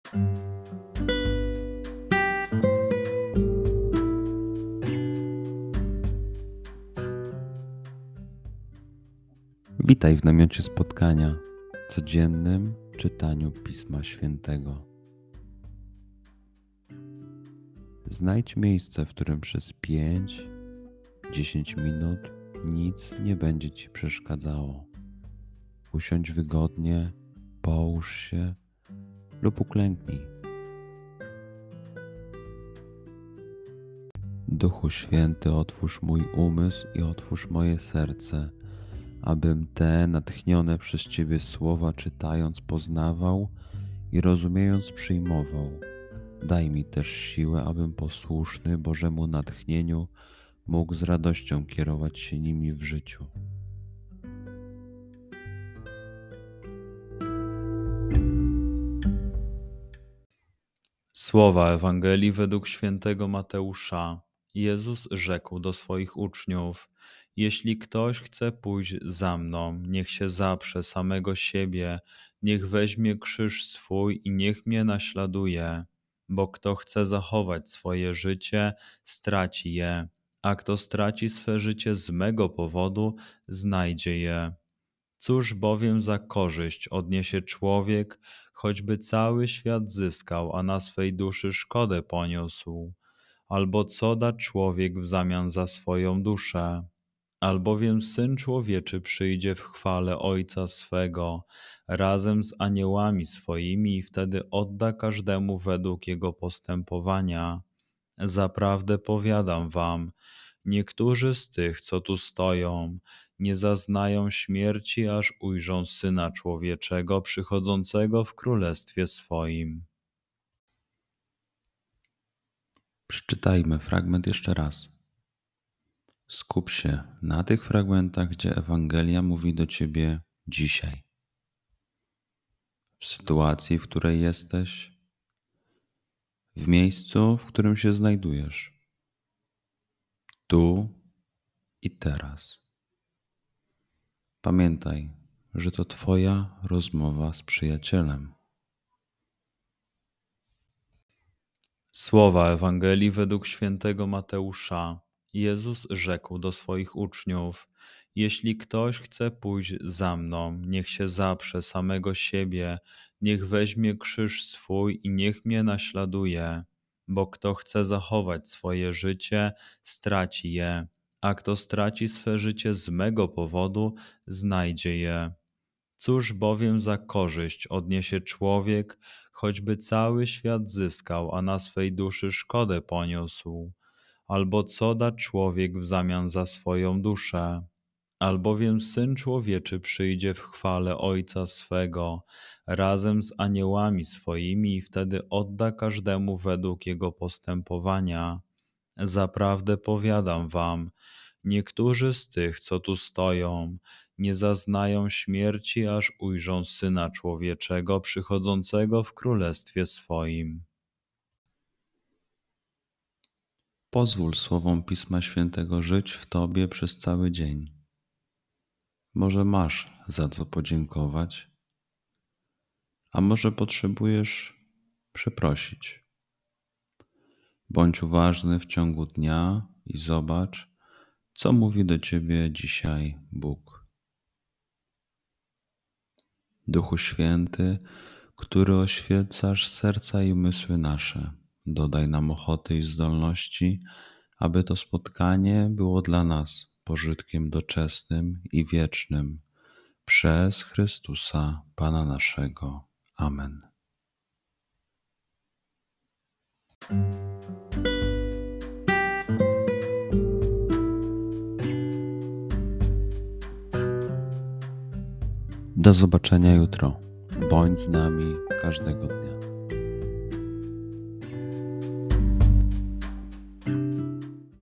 Witaj w namiocie spotkania, codziennym czytaniu Pisma Świętego. Znajdź miejsce, w którym przez 5-10 minut nic nie będzie Ci przeszkadzało. Usiądź wygodnie, połóż się lub uklęknij. Duchu Święty, otwórz mój umysł i otwórz moje serce, abym te natchnione przez Ciebie słowa czytając poznawał i rozumiejąc przyjmował. Daj mi też siłę, abym posłuszny Bożemu natchnieniu mógł z radością kierować się nimi w życiu. Słowa Ewangelii według świętego Mateusza. Jezus rzekł do swoich uczniów: Jeśli ktoś chce pójść za mną, niech się zaprze samego siebie, niech weźmie krzyż swój i niech mnie naśladuje. Bo kto chce zachować swoje życie, straci je, a kto straci swe życie z mego powodu, znajdzie je. Cóż bowiem za korzyść odniesie człowiek, choćby cały świat zyskał, a na swej duszy szkodę poniósł? Albo co da człowiek w zamian za swoją duszę? Albowiem Syn Człowieczy przyjdzie w chwale Ojca swego, razem z aniołami swoimi i wtedy odda każdemu według jego postępowania. Zaprawdę powiadam wam, niektórzy z tych, co tu stoją, nie zaznają śmierci, aż ujrzą Syna Człowieczego przychodzącego w królestwie swoim. Przeczytajmy fragment jeszcze raz. Skup się na tych fragmentach, gdzie Ewangelia mówi do Ciebie dzisiaj. W sytuacji, w której jesteś, w miejscu, w którym się znajdujesz, tu i teraz. Pamiętaj, że to Twoja rozmowa z przyjacielem. Słowa Ewangelii według świętego Mateusza. Jezus rzekł do swoich uczniów: Jeśli ktoś chce pójść za mną, niech się zaprze samego siebie, niech weźmie krzyż swój i niech mnie naśladuje. Bo kto chce zachować swoje życie, straci je, a kto straci swe życie z mego powodu, znajdzie je. Cóż bowiem za korzyść odniesie człowiek, choćby cały świat zyskał, a na swej duszy szkodę poniósł? Albo co da człowiek w zamian za swoją duszę? Albowiem Syn Człowieczy przyjdzie w chwale Ojca swego, razem z aniołami swoimi i wtedy odda każdemu według jego postępowania. Zaprawdę powiadam wam, niektórzy z tych, co tu stoją, nie zaznają śmierci, aż ujrzą Syna Człowieczego przychodzącego w królestwie swoim. Pozwól słowom Pisma Świętego żyć w Tobie przez cały dzień. Może masz za co podziękować, a może potrzebujesz przeprosić. Bądź uważny w ciągu dnia i zobacz, co mówi do Ciebie dzisiaj Bóg. Duchu Święty, który oświecasz serca i umysły nasze, dodaj nam ochoty i zdolności, aby to spotkanie było dla nas pożytkiem doczesnym i wiecznym. Przez Chrystusa, Pana naszego. Amen. Do zobaczenia jutro. Bądź z nami każdego dnia.